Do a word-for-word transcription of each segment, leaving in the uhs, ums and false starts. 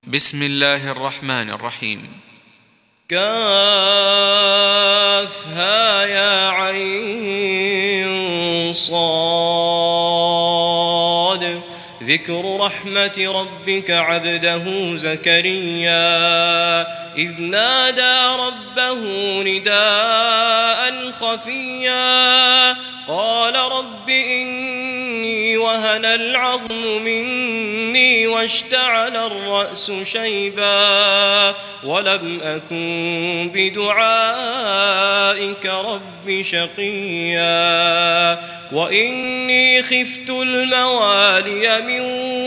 بسم الله الرحمن الرحيم. كافها يا عين صاد. ذكر رحمة ربك عبده زكريا إذ نادى ربه نداء خفيا قال رب إني وهن العظم مني واشتعل الرأس شيبا ولم أكن بدعائك رب شقيا وإني خفت الموالي من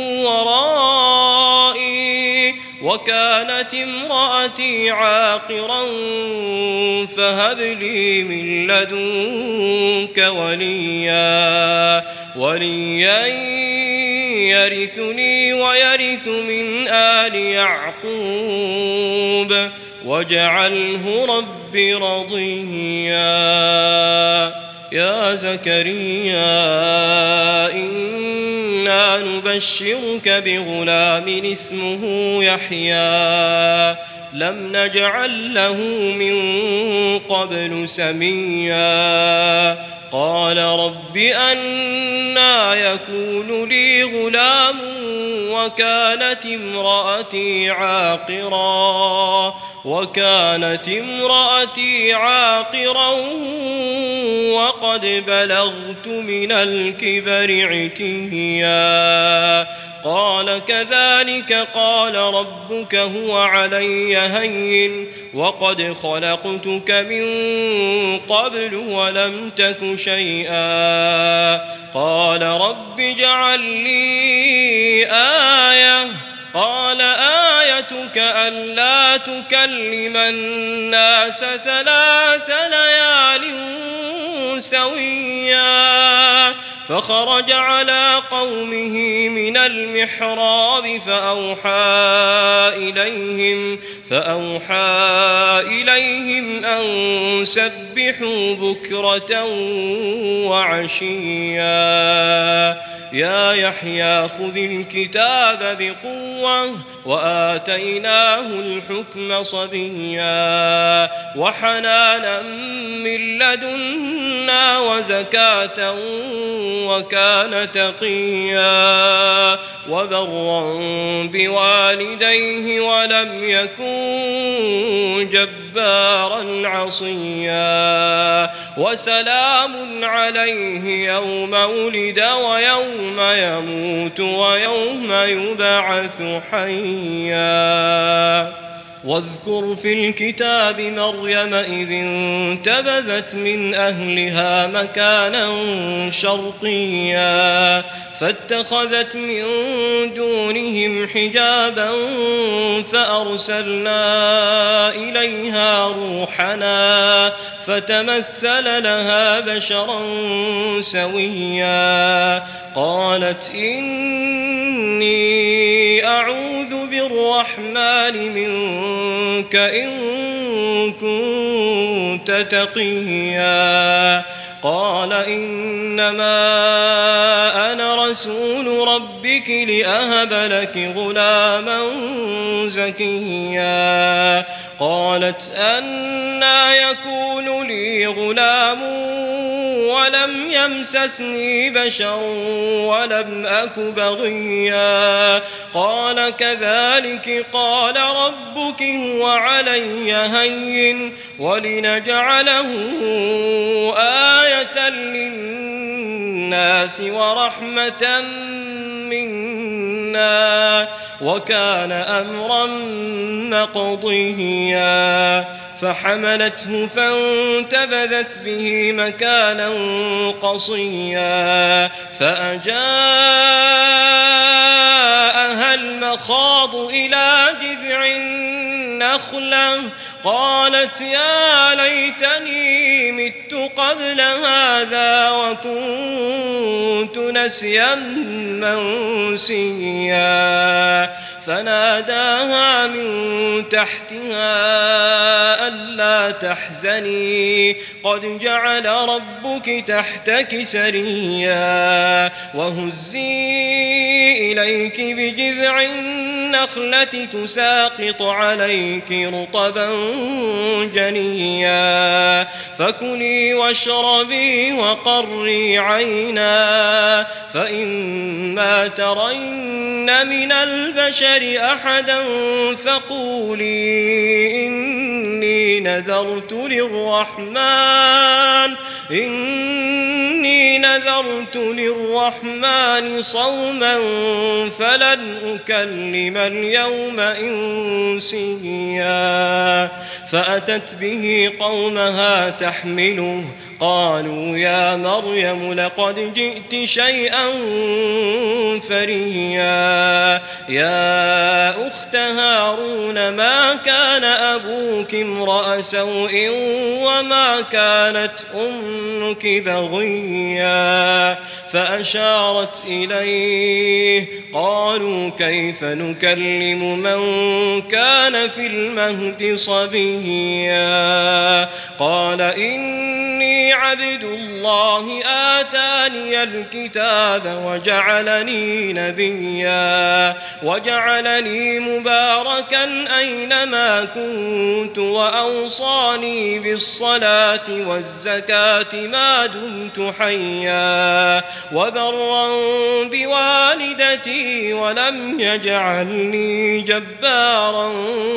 ورائي وكانت امرأتي عاقرا فهب لي من لدنك وليا وليا يرثني ويرث من آل يعقوب واجعله رب رضيا. يا زكريا إنا نبشرك بغلام اسمه يحيى لم نجعل له من قبل سميا قال رب أنى يكون لي غلام وكانت امرأتي عاقرا وكانت امرأتي عاقرا وقد بلغت من الكبر عتيا قال كذلك قال ربك هو علي هين وقد خلقتك من قبل ولم تك شيئا قال رب اجعل لي آية قال آيتك ألا تكلم الناس ثلاث ليال سويا فخرج على قومه من المحراب فأوحى إليهم فأوحى إليهم أن سبحوا بكرة وعشيا يا يحيى خذ الكتاب بقوة وآتيناه الحكم صبيا وحنانا من لدنا وزكاة وكان تقيا وبرا بوالديه ولم يكن جبارا عصيا وسلام عليه يوم ولد ويوم يموت ويوم يبعث حيا. واذكر في الكتاب مريم إذ انتبذت من أهلها مكانا شرقيا فاتخذت من دونهم حجابا فأرسلنا إليها روحنا فتمثل لها بشرا سويا قالت إني أعوذ بالرحمن منك إن كنت تقيا قال إنما أنا رسول ربك لأهب لك غلاما زكيا قالت أنى يكون لي غلام ولم يمسسني بشر ولم أك بغيا قال كذلك قال ربك هو علي هين ولنجعله آية للناس ورحمة منا وكان أمرا مقضيا فحملته فانتبذت به مكانا قصيا فأجاءها المخاض إلى جذع النخلة قالت يا ليتني مت مت قبل هذا وكنت نسيا منسيا فناداها من تحتها ألا تحزني قد جعل ربك تحتك سريا وهزي إليك بجذع النخلة تساقط عليك رطبا جنيا فكلي واشربي وقري عينا فإما ترين من البشر أحدا فقولي إني نذرت للرحمن إني نذرت للرحمن صوما فلن أكلم اليوم إنسيا فأتت به قومها تحمله قالوا يا مريم لقد جئت شيئا فريا يا أخت هارون ما كان أبوك امرأ سوء وما كانت أمك بغيا فأشارت إليه قالوا كيف نكلم من كان في المهد صبيا قال إني عبد الله آتاني الكتاب وجعلني نبيا وجعلني مباركا أينما كنت وأوصاني بالصلاة والزكاة ما دمت حيا وبرا بوالدتي ولم يجعلني جبارا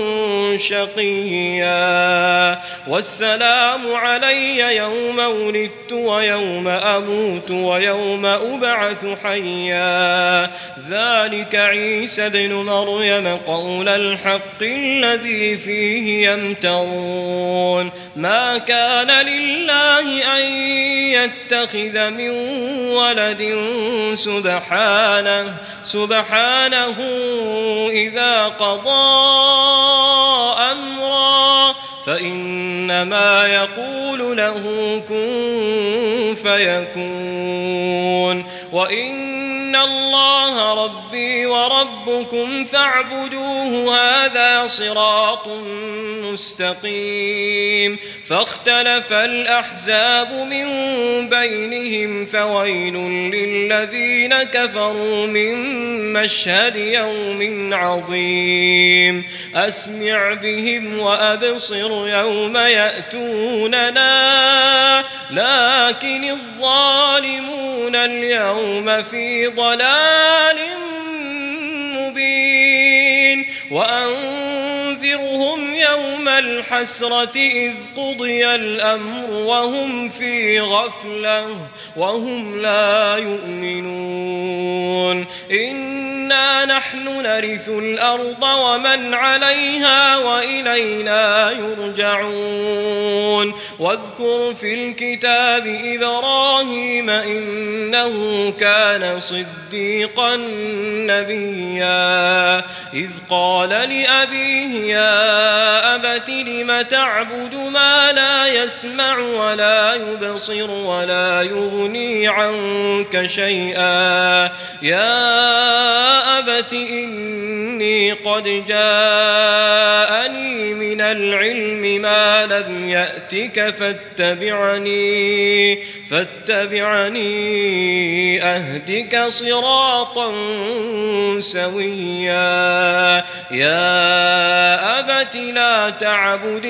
شقيا والسلام علي يوم ولدت ويوم أموت ويوم أبعث حيا ذلك عيسى بن مريم قول الحق الذي فيه يمترون ما كان لله أن يتخذ من ولد سبحانه سبحانه إذا قضى أمرا فإنما يقول له كن فيكون وإن الله ربي وربكم فاعبدوه هذا صراط مستقيم فاختلف الأحزاب من بينهم فويل للذين كفروا من مشهد يوم عظيم أسمع بهم وأبصر يوم يأتوننا لكن الظالمون اليوم في ضلال مبين وأنذرهم يوم الحسرة إذ قضي الأمر وهم في غفلة وهم لا يؤمنون إنا نحن نرث الأرض ومن عليها وإلينا يرجعون واذكر في الكتاب إبراهيم إنه كان صديقا نبيا إذ قال لأبيه يا أبت لم تعبد ما لا يسمع ولا يبصر ولا يغني عنك شيئا يا أبت إني قد جاءني من العلم ما لم يأتك فاتبعني فاتبعني أهدك صراطا سويا يا أبت لا تعبد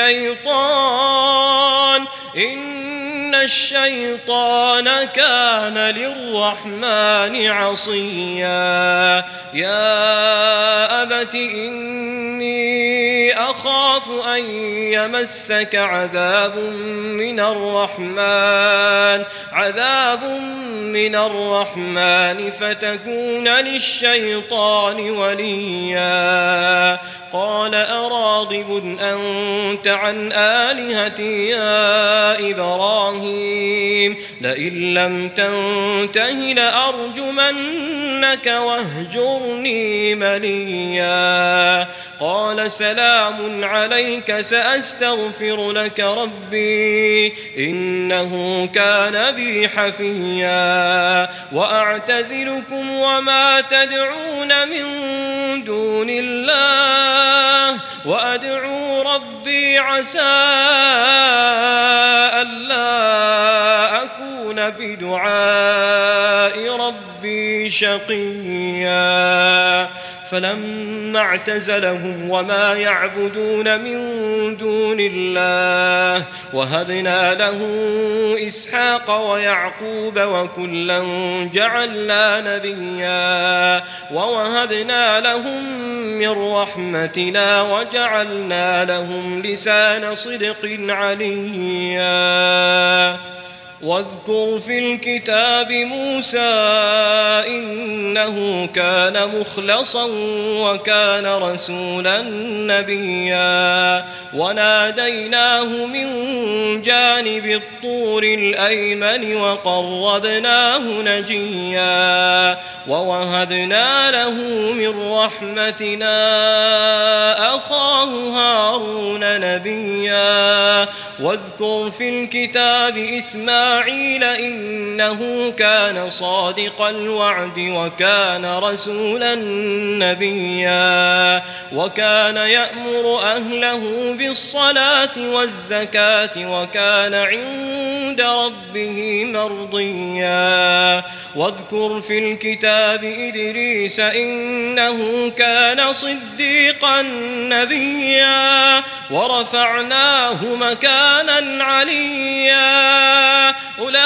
الشيطان إن الشيطان كان للرحمن عصيا يا أبت إني أخاف أن يمسك عذاب من الرحمن عذاب من الرحمن فتكون للشيطان وليا قال أراغب أنت عن آلهتي يا إبراهيم لئن لم تنته لأرجمنك واهجرني مليا قال سلام عليك سأستغفر لك ربي إنه كان بي حفيا وأعتزلكم وما تدعون من دون الله وأدعو ربي عسى ألا أكون بدعاء ربي شقيا فلما اعتزلهم وما يعبدون من دون الله وهبنا له إسحاق ويعقوب وكلا جعلنا نبيا ووهبنا لهم من رحمتنا وجعلنا لهم لسان صدق عليا واذكر في الكتاب موسى إنه كان مخلصا وكان رسولا نبيا وناديناه من جانب الطور الأيمن وقربناه نجيا ووهبنا له من رحمتنا أخاه هارون نبيا واذكر في الكتاب إسماعيل إسماعيل إنه كان صادق الوعد وكان رسولا نبيا وكان يأمر أهله بالصلاة والزكاة وكان عند ربه مرضيا واذكر في الكتاب إدريس إنه كان صديقا نبيا ورفعناه مكانا عليا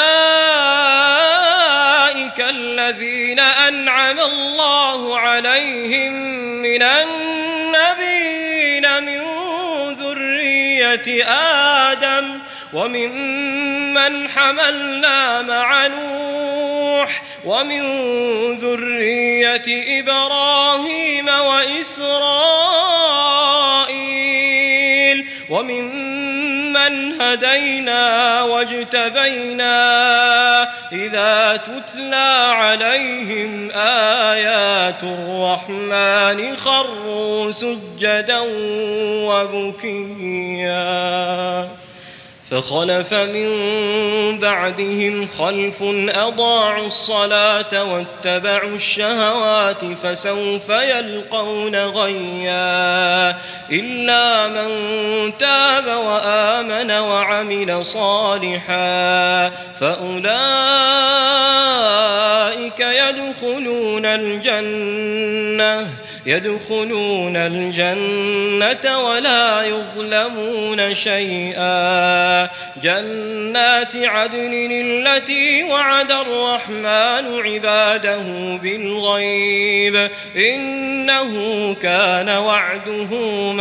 أولئك الذين أنعم الله عليهم من النبيين من ذرية آدم وممن حملنا مع نوح ومن ذرية إبراهيم وإسرائيل وممن هدينا واجتبينا إذا تتلى عليهم آيات الرحمن خروا سجدا وبكيا فخلف من بعدهم خلف أضاعوا الصلاة واتبعوا الشهوات فسوف يلقون غيا إلا من تاب وآمن وعمل صالحا فأولئك يدخلون الجنة يدخلون الجنة ولا يظلمون شيئا جنات عدن التي وعد الرحمن عباده بالغيب إنه كان وعده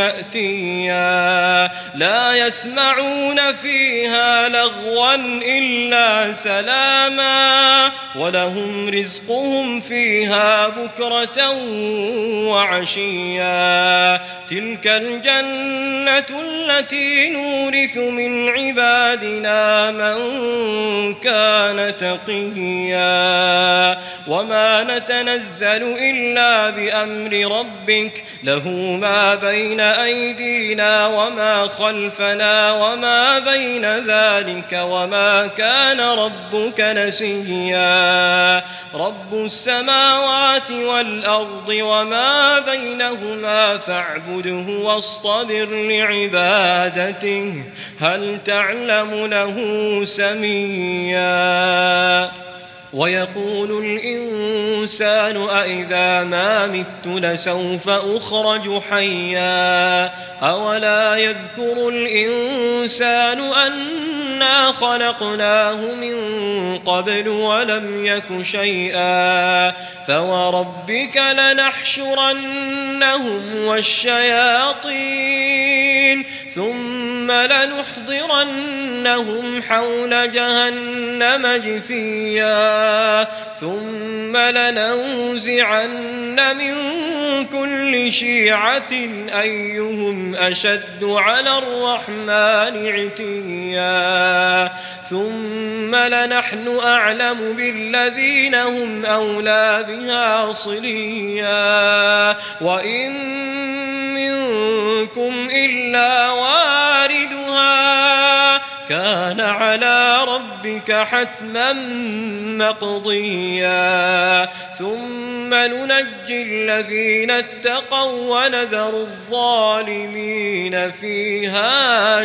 مأتيا لا يسمعون فيها لغوا إلا سلاما ولهم رزقهم فيها بكرة وعشيا تلك الجنة التي نورث من عبادنا من كان تقيا وما نتنزل إلا بأمر ربك له ما بين أيدينا وما خلفنا وما بين ذلك وما كان ربك نسيا رب السماوات والأرض وما بينهما فاعبده واصطبر لعبادته هل تعلم له سميا ويقول الإنسان أإذا ما مت لسوف أخرج حيا أولا يذكر الإنسان أنا خلقناه من قبل ولم يك شيئا فوربك لنحشرنهم والشياطين ثم لنحضرنهم حول جهنم جثيا ثم لننزعن من كل شيعة أيهم أشد على الرحمن عتيا ثم لنحن أعلم بالذين هم أولى بها صليا وإن منكم إلا واردها كان على ربك حتما مقضيا ثم ننجي الذين اتقوا ونذر الظالمين فيها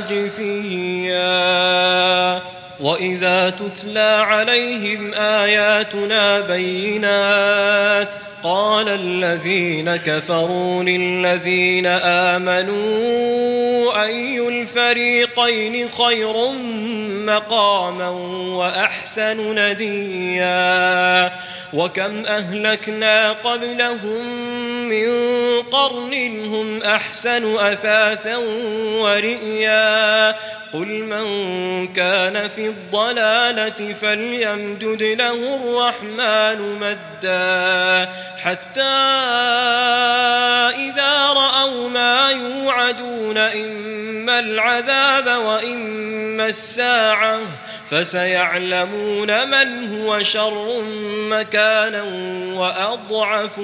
جثيا وإذا تتلى عليهم آياتنا بينات قال الذين كفروا للذين آمنوا أي الفريقين خير مقاما وأحسن نديا وكم أهلكنا قبلهم من قرن هم أحسن أثاثا ورئيا قل من كان في الضلالة فليمدد له الرحمن مدا حتى إذا رأوا ما يوعدون إما العذاب وإما الساعة فسيعلمون من هو شر مكانا وأضعف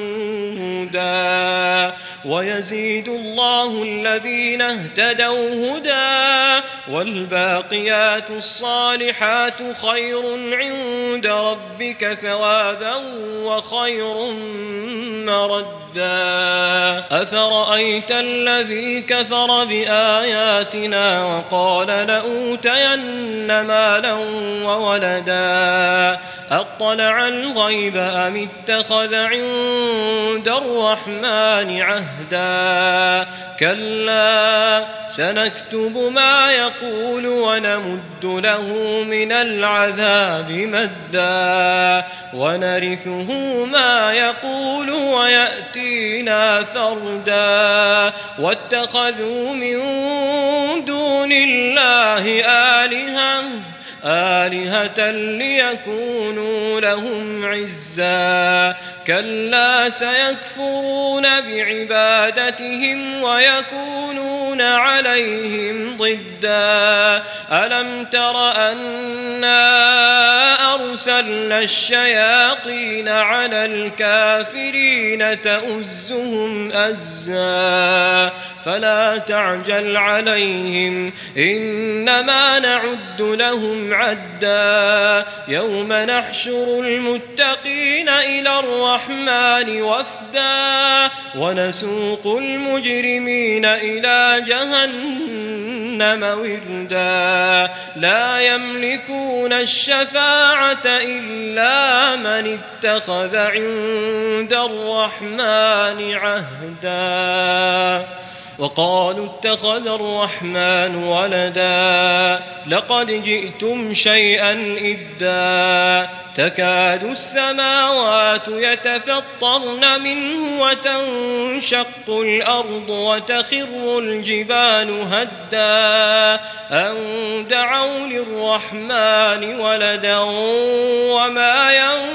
جندا ويزيد الله الذين اهتدوا هدى والباقيات الصالحات خير عند ربك ثوابا وخير مردا أفرأيت الذي كفر بآياتنا وقال لأوتين مالا وولدا أطلع الغيب أم اتخذ عند الرحمن عهدا كلا سنكتب ما يقول ونمد له من العذاب مدا ونرثه ما يقول ويأتينا فردا واتخذوا من دون الله آلهة آلهة ليكونوا لهم عزا كلا سيكفرون بعبادتهم ويكونون عليهم ضدا ألم تر أنا أرسلنا الشياطين على الكافرين تؤزهم أزا فلا تعجل عليهم إنما نعد لهم عدا يوم نحشر المتقين إلى الرحمن وفدا ونسوق المجرمين إلى جهنم وردا لا يملكون الشفاعة إلا من اتخذ عند الرحمن عهدا وقالوا اتخذ الرحمن ولدا لقد جئتم شيئا إدا تكاد السماوات يتفطرن منه وتنشق الأرض وتخر الجبال هدا أن دعوا للرحمن ولدا وما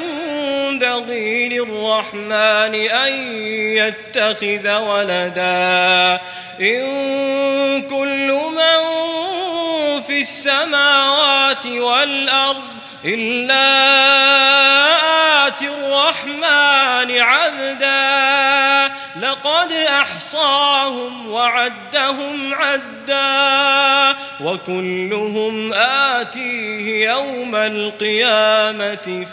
ينبغي للرحمن أن يتخذ ولدا إن كل من في السماوات والأرض إلا آتي الرحمن عبدا لقد أحصاهم وعدهم عدا وكلهم آتيه يوم القيامة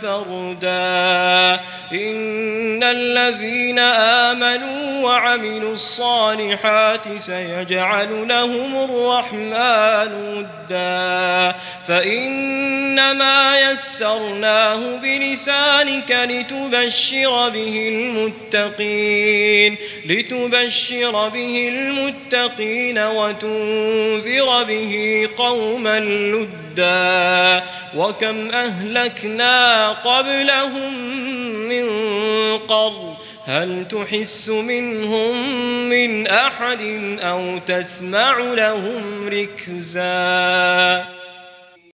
فردا إن الذين آمنوا وعملوا الصالحات سيجعل لهم الرحمن ودا فإنما يسرناه بلسانك لتبشر به المتقين لتبشر به المتقين وتنذر به قوما لدا وكم أهلكنا قبلهم من قرن هل تحس منهم من أحد أو تسمع لهم ركزا